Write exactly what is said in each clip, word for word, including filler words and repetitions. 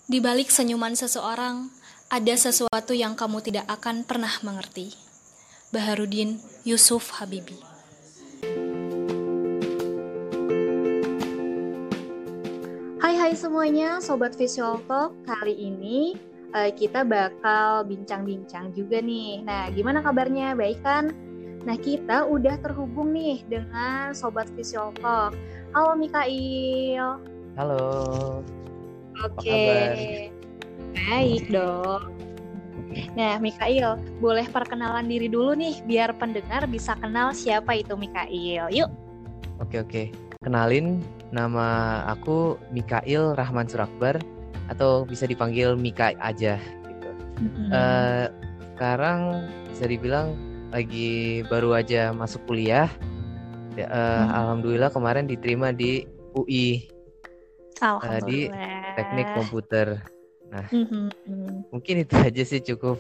Di balik senyuman seseorang, ada sesuatu yang kamu tidak akan pernah mengerti. Baharudin Yusuf Habibi. Hai hai semuanya, Sobat Visual Talk. Kali ini uh, kita bakal bincang-bincang juga nih. Nah, gimana kabarnya? Baik kan? Nah, kita udah terhubung nih dengan Sobat Visual Talk. Halo Mikail. Halo. Oke. Baik dong. Nah, Mikail, boleh perkenalan diri dulu nih biar pendengar bisa kenal siapa itu Mikail. Yuk. Oke oke. Kenalin, nama aku Mikail Rahman Surakbar atau bisa dipanggil Mika aja gitu. Mm-hmm. Uh, sekarang bisa dibilang lagi baru aja masuk kuliah. Uh, mm-hmm. Alhamdulillah kemarin diterima di U I. Uh, di Teknik Komputer. Nah, mm-hmm. mungkin itu aja sih cukup.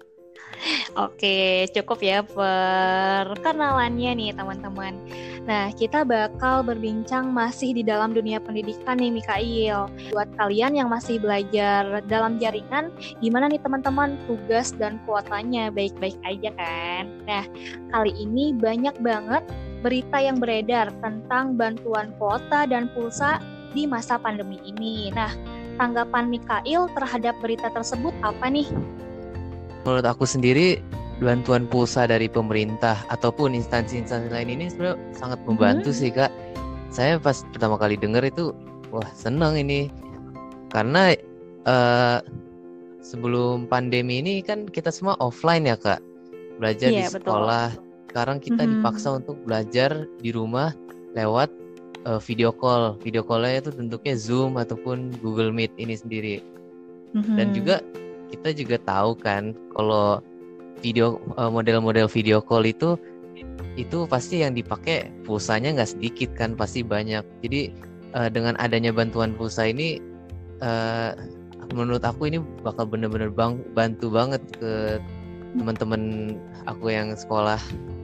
Oke, cukup ya perkenalannya nih teman-teman. Nah, kita bakal berbincang masih di dalam dunia pendidikan nih Mikail. Buat kalian yang masih belajar dalam jaringan, gimana nih teman-teman tugas dan kuotanya? Baik-baik aja kan? Nah, kali ini banyak banget berita yang beredar tentang bantuan kuota dan pulsa di masa pandemi ini. Nah, tanggapan Mikail terhadap berita tersebut apa nih? Menurut aku sendiri, bantuan pulsa dari pemerintah ataupun instansi-instansi lain ini sebenarnya sangat membantu hmm. sih Kak. Saya pas pertama kali dengar itu, wah senang ini. Karena uh, sebelum pandemi ini kan kita semua offline ya Kak. Belajar yeah, di sekolah. Betul. Sekarang kita hmm. dipaksa untuk belajar di rumah lewat uh, video call. Video call-nya itu bentuknya Zoom ataupun Google Meet ini sendiri. Hmm. Dan juga kita juga tahu kan kalau video model-model video call itu itu pasti yang dipakai pulsanya nggak sedikit kan, pasti banyak. Jadi uh, dengan adanya bantuan pulsa ini uh, menurut aku ini bakal benar-benar bang, bantu banget ke teman-teman aku yang sekolah.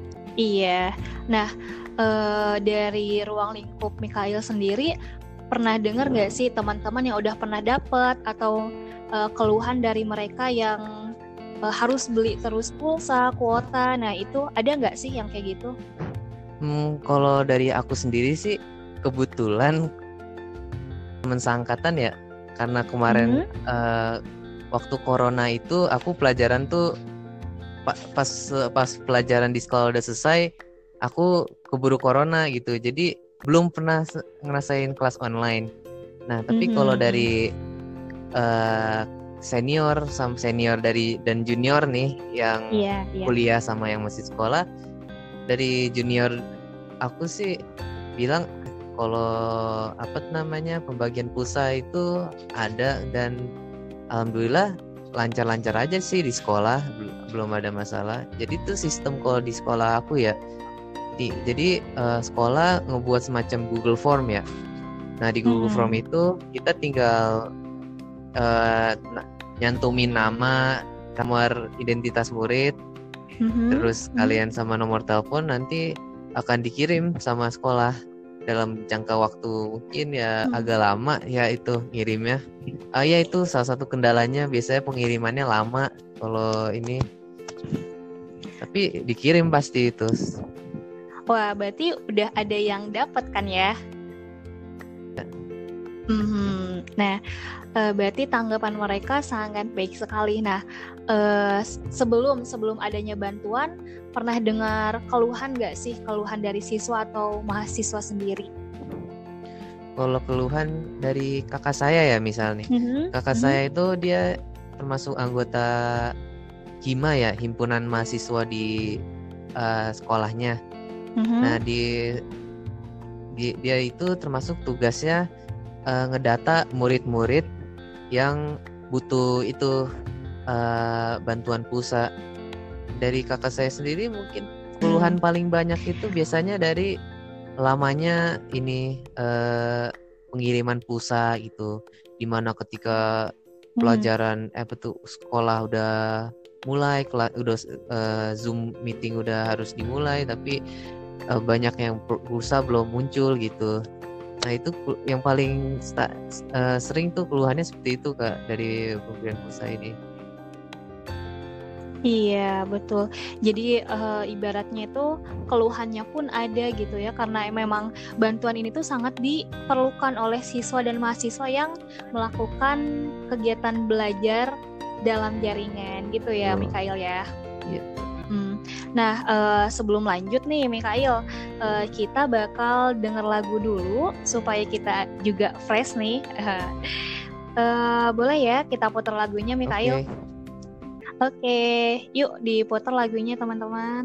Iya. Nah, uh, dari ruang lingkup Mikail sendiri pernah dengar nggak sih teman-teman yang udah pernah dapat atau uh, keluhan dari mereka yang uh, harus beli terus pulsa, kuota? Nah itu ada nggak sih yang kayak gitu? Hmm, kalau dari aku sendiri sih kebetulan teman seangkatan ya, karena kemarin hmm. uh, waktu corona itu aku pelajaran tuh pas pas pelajaran di sekolah udah selesai, aku keburu corona gitu, jadi belum pernah ngerasain kelas online. Nah, tapi mm-hmm. kalau dari uh, senior sama senior dari dan junior nih yang yeah, yeah. kuliah sama yang masih sekolah, dari junior aku sih bilang kalau apa namanya pembagian pulsa itu ada dan alhamdulillah lancar-lancar aja sih di sekolah, belum ada masalah. Jadi itu sistem kalau di sekolah aku ya. Jadi uh, sekolah ngebuat semacam Google Form ya. Nah di Google hmm. Form itu kita tinggal uh, nyantumin nama, nomor identitas murid, hmm. terus hmm. kalian sama nomor telepon, nanti akan dikirim sama sekolah dalam jangka waktu mungkin ya hmm. agak lama ya itu ngirimnya. Uh, ya itu salah satu kendalanya, biasanya pengirimannya lama kalau ini. Tapi dikirim pasti itu. Wah, berarti udah ada yang dapat kan ya? Mm-hmm. Nah, uh, berarti tanggapan mereka sangat baik sekali. Nah, uh, sebelum sebelum adanya bantuan, pernah dengar keluhan nggak sih, keluhan dari siswa atau mahasiswa sendiri? Kalau keluhan dari kakak saya ya misalnya, mm-hmm. kakak mm-hmm. saya itu dia termasuk anggota Hima ya, himpunan mahasiswa di uh, sekolahnya. Mm-hmm. Nah di, di dia itu termasuk tugasnya uh, ngedata murid-murid yang butuh itu uh, bantuan pulsa. Dari kakak saya sendiri mungkin keluhan mm. paling banyak itu biasanya dari lamanya ini uh, pengiriman pulsa gitu, dimana ketika pelajaran mm. eh betul sekolah udah mulai, udah uh, Zoom meeting udah harus dimulai, tapi uh, banyak yang pulsa belum muncul gitu. Nah itu ku- yang paling sta- eh, sering tuh keluhannya seperti itu Kak dari pemberian pulsa ini. Iya, betul. Jadi eh, ibaratnya itu keluhannya pun ada gitu ya, karena memang bantuan ini tuh sangat diperlukan oleh siswa dan mahasiswa yang melakukan kegiatan belajar dalam jaringan gitu ya, Betul. Mikail ya. Iya. Hmm. Nah, eh, sebelum lanjut nih, Mikail, eh, kita bakal denger lagu dulu supaya kita juga fresh nih. Eh, boleh ya kita putar lagunya, Mikail? Oke. Oke, yuk diputar lagunya teman-teman.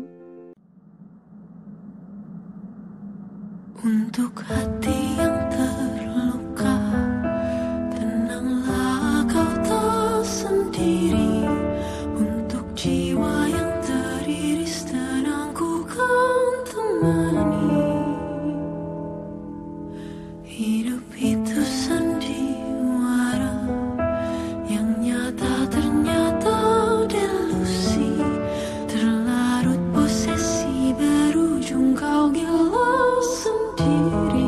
Untuk hati yang terluka, tenanglah kau tak sendiri. Untuk jiwa yang teriris, tenangku kan temani. Hidup itu sandiwara yang nyata ternyata delusi, terlarut posesi berujung kau gila sendiri.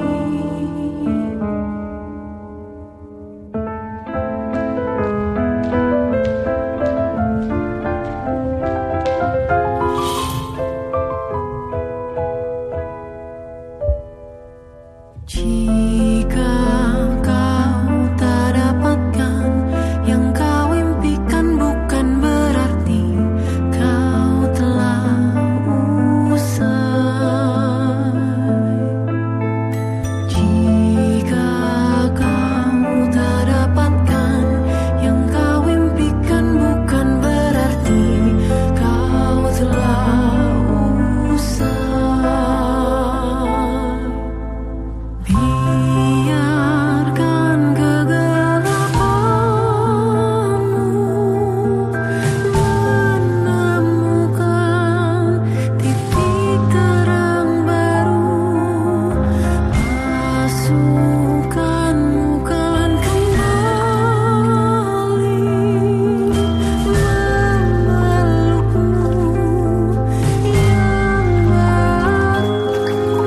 Jika kau tak dapatkan yang kau impikan, bukan berarti kau telah usai. Jika kau tak dapatkan yang kau impikan, bukan berarti kau telah usai. Biarkan kegelapanmu menemukan titik terang baru. Pasukanmu kan kembali memelukmu yang baru.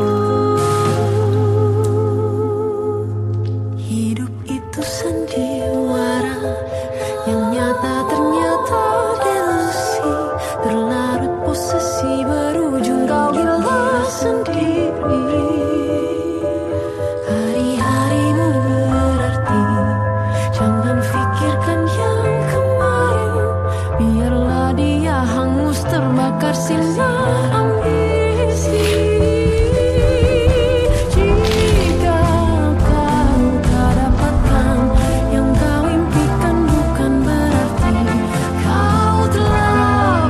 Hidup itu sandiwara yang nyata ternyata delusi, terlarut posesi berujung kau gila sendiri. Hari-harimu berarti, jangan fikirkan yang kemarin. Biarlah dia hangus terbakar sinar ambisi. Jika kau tak dapatkan yang kau impikan, bukan berarti kau telah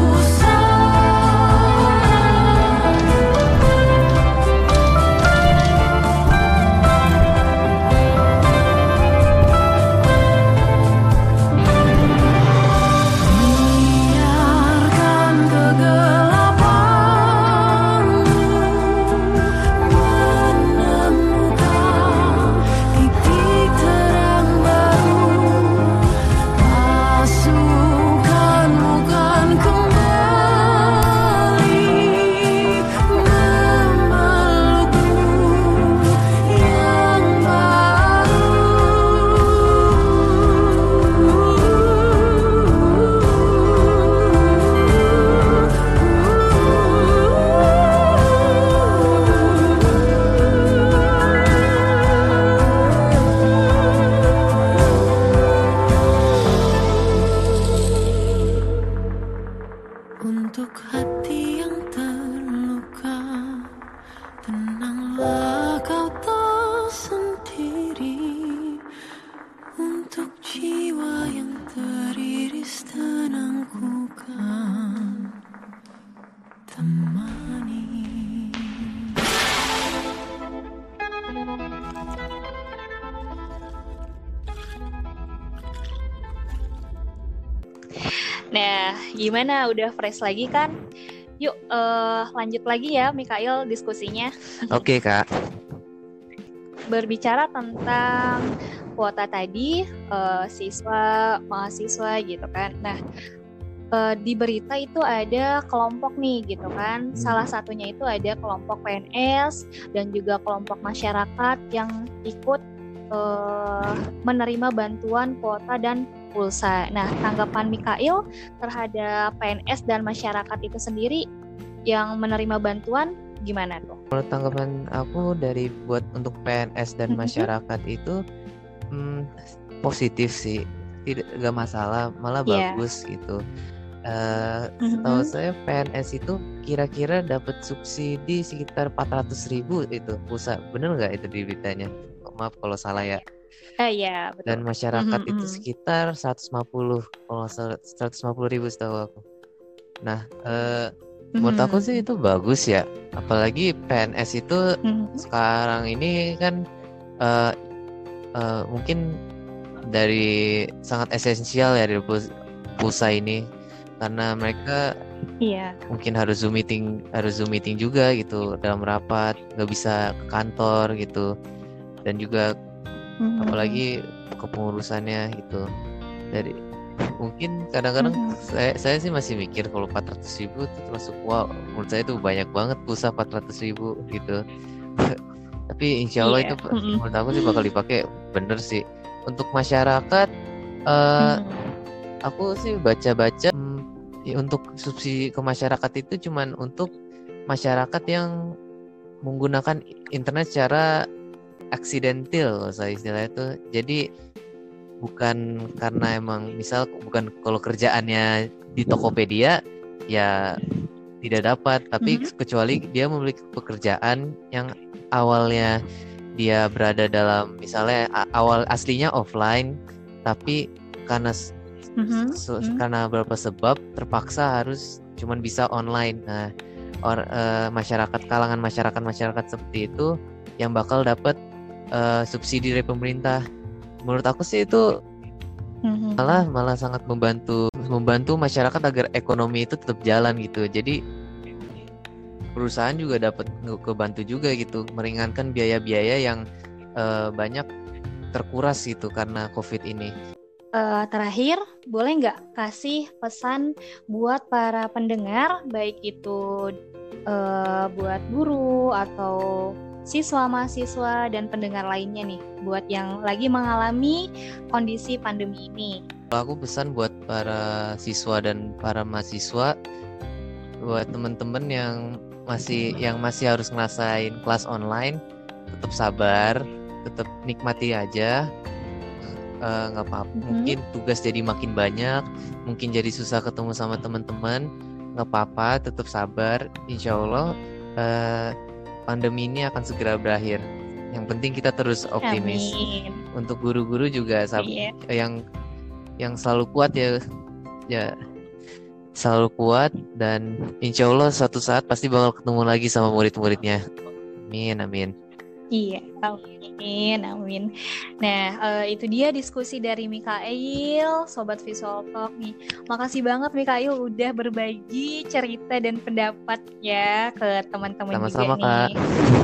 biarkan kegelapanmu menemukan titik terang baru. Pasukanmu kan kembali memelukmu yang Untuk hati yang terluka, tenanglah kau tak sendiri. Untuk jiwa yang teriris, tenangku kan temani. Nah, gimana? Udah fresh lagi kan? Yuk eh, lanjut lagi ya, Mikail, diskusinya. Oke Kak. Berbicara tentang kuota tadi, eh, siswa, mahasiswa gitu kan. Nah, uh, di berita itu ada kelompok nih gitu kan. Hmm. Salah satunya itu ada kelompok P N S dan juga kelompok masyarakat yang ikut uh, menerima bantuan kuota dan pulsa. Nah, tanggapan Mikail terhadap P N S dan masyarakat itu sendiri yang menerima bantuan gimana tuh? Menurut tanggapan aku dari buat untuk P N S dan Mm-hmm. masyarakat itu hmm, positif sih, tidak gak masalah, malah Yeah. bagus gitu. Uh, Mm-hmm. Setahu saya P N S itu kira-kira dapat subsidi sekitar empat ratus ribu itu pulsa, bener nggak itu di beritanya? Maaf kalau salah ya. Eh ya betul. Dan masyarakat Mm-hmm. itu sekitar seratus lima puluh, kalau seratus lima puluh ribu setahu aku. Nah, uh, menurut aku sih itu bagus ya, apalagi P N S itu Mm-hmm. sekarang ini kan uh, uh, mungkin dari sangat esensial ya dari pulsa ini, karena mereka Iya. mungkin harus zoom meeting harus zoom meeting juga gitu dalam rapat, nggak bisa ke kantor gitu, dan juga Mm-hmm. apalagi kepengurusannya gitu. Dari mungkin kadang-kadang Mm-hmm. saya saya sih masih mikir kalau empat ratus ribu itu termasuk wow, menurut saya itu banyak banget pulsa empat ratus ribu gitu. Tapi insya Allah Iya. itu Mm-hmm. menurut aku sih bakal dipakai bener sih. Untuk masyarakat, uh, Mm-hmm. aku sih baca-baca hmm, ya untuk subsidi ke masyarakat itu cuman untuk masyarakat yang menggunakan internet secara aksidental, saya istilahnya itu. Jadi bukan karena emang misal bukan kalau kerjaannya di Tokopedia ya tidak dapat, tapi Mm-hmm. kecuali dia memiliki pekerjaan yang awalnya dia berada dalam misalnya a- awal aslinya offline, tapi karena Mm-hmm. so, Mm-hmm. karena beberapa sebab terpaksa harus cuman bisa online. Nah, or, uh, masyarakat kalangan masyarakat masyarakat seperti itu yang bakal dapat uh, subsidi dari pemerintah. Menurut aku sih itu Mm-hmm. malah malah sangat membantu membantu masyarakat agar ekonomi itu tetap jalan gitu. Jadi perusahaan juga dapat kebantu juga gitu, meringankan biaya-biaya yang uh, banyak terkuras gitu karena COVID ini. Uh, terakhir, boleh nggak kasih pesan buat para pendengar, baik itu uh, buat guru atau siswa, mahasiswa, dan pendengar lainnya nih, buat yang lagi mengalami kondisi pandemi ini? Kalau aku pesan buat para siswa dan para mahasiswa, buat teman-teman yang masih yang masih harus ngerasain kelas online, tetap sabar, tetap nikmati aja. Nggak uh, apa-apa, mm-hmm. Mungkin tugas jadi makin banyak, mungkin jadi susah ketemu sama teman-teman, nggak apa-apa, tetap sabar. Insya Allah uh, pandemi ini akan segera berakhir. Yang penting kita terus optimis. Amin. Untuk guru-guru juga sab- yeah. yang yang selalu kuat ya, ya selalu kuat, dan insya Allah suatu saat pasti bakal ketemu lagi sama murid-muridnya. Amin, amin. Iya, amin, amin. Nah, uh, itu dia diskusi dari Mikail, Sobat Visual Talk nih. Makasih banget Mikail udah berbagi cerita dan pendapat ya ke teman-teman Sama-sama, juga Kak. nih.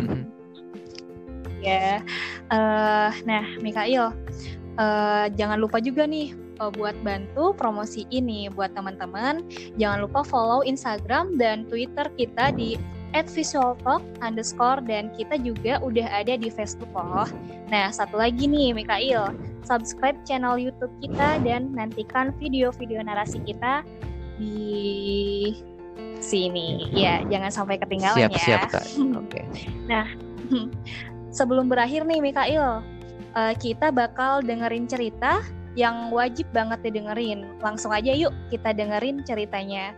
Ya, uh, nah Mikail, uh, jangan lupa juga nih uh, buat bantu promosi ini buat teman-teman. Jangan lupa follow Instagram dan Twitter kita di at visualtalk underscore, dan kita juga udah ada di Facebook loh. Nah, satu lagi nih Mikail, subscribe channel YouTube kita dan nantikan video-video narasi kita di sini. Ya, jangan sampai ketinggalan siap, ya. Siap, Kak. Oke. Okay. Nah, sebelum berakhir nih Mikail, uh, kita bakal dengerin cerita yang wajib banget didengerin. Langsung aja yuk kita dengerin ceritanya.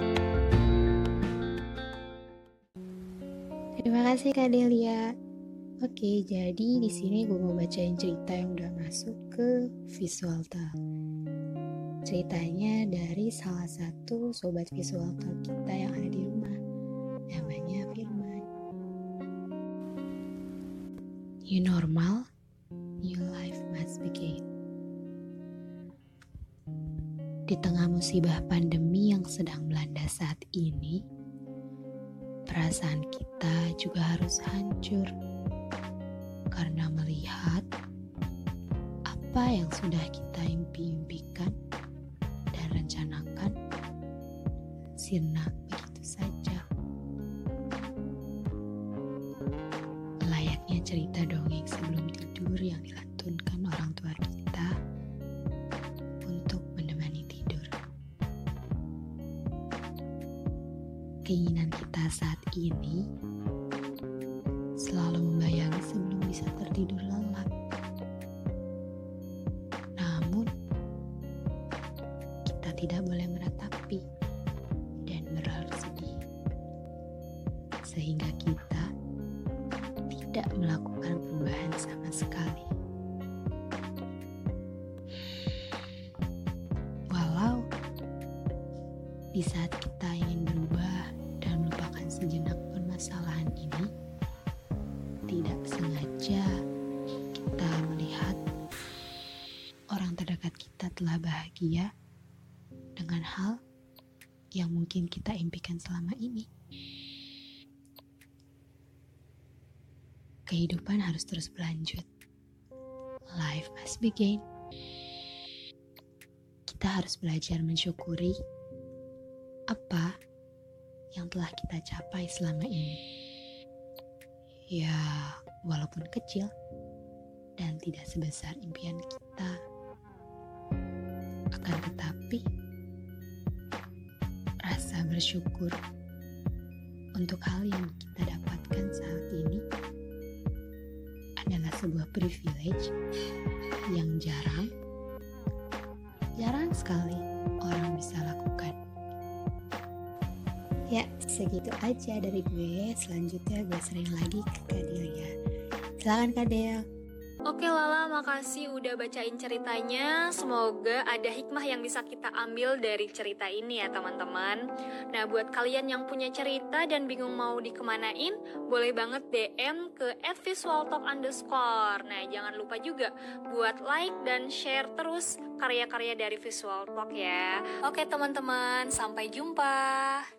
Terima kasih Kak Delia. Oke, jadi di sini gue mau bacain cerita yang udah masuk ke Visual Talk. Ceritanya dari salah satu sobat Visual Talk kita yang ada di rumah. Namanya Firman. New normal, new life must begin. Di tengah musibah pandemi yang sedang melanda saat ini, perasaan kita juga harus hancur karena melihat apa yang sudah kita impi-impikan dan rencanakan sirna begitu saja. Layaknya cerita dongeng sebelum tidur yang dilantunkan orang tua kita untuk menemani tidur. Keinginan kita saat ini selalu membayangi sebelum bisa tertidur lelap. Namun, kita tidak boleh meratapi dan berlarut sedih, sehingga kita tidak melakukan perubahan sama sekali. Walau di saat kita ingin berubah dan melupakan sejenak permasalahan ini, tidak sengaja kita melihat orang terdekat kita telah bahagia dengan hal yang mungkin kita impikan selama ini. Kehidupan harus terus berlanjut. Life must begin. Kita harus belajar mensyukuri apa yang telah kita capai selama ini. Ya, walaupun kecil dan tidak sebesar impian kita. Akan tetapi, rasa bersyukur untuk hal yang kita dapatkan saat ini adalah sebuah privilege yang jarang, jarang sekali orang bisa lakukan. Ya, segitu aja dari gue. Selanjutnya gue sering lagi ke Kak Delia. Silakan Kak Del. Oke Lala, makasih udah bacain ceritanya. Semoga ada hikmah yang bisa kita ambil dari cerita ini ya teman-teman. Nah, buat kalian yang punya cerita dan bingung mau dikemanain, boleh banget D M ke at visualtalk underscore. Nah, jangan lupa juga buat like dan share terus karya-karya dari Visual Talk ya. Oke teman-teman, sampai jumpa.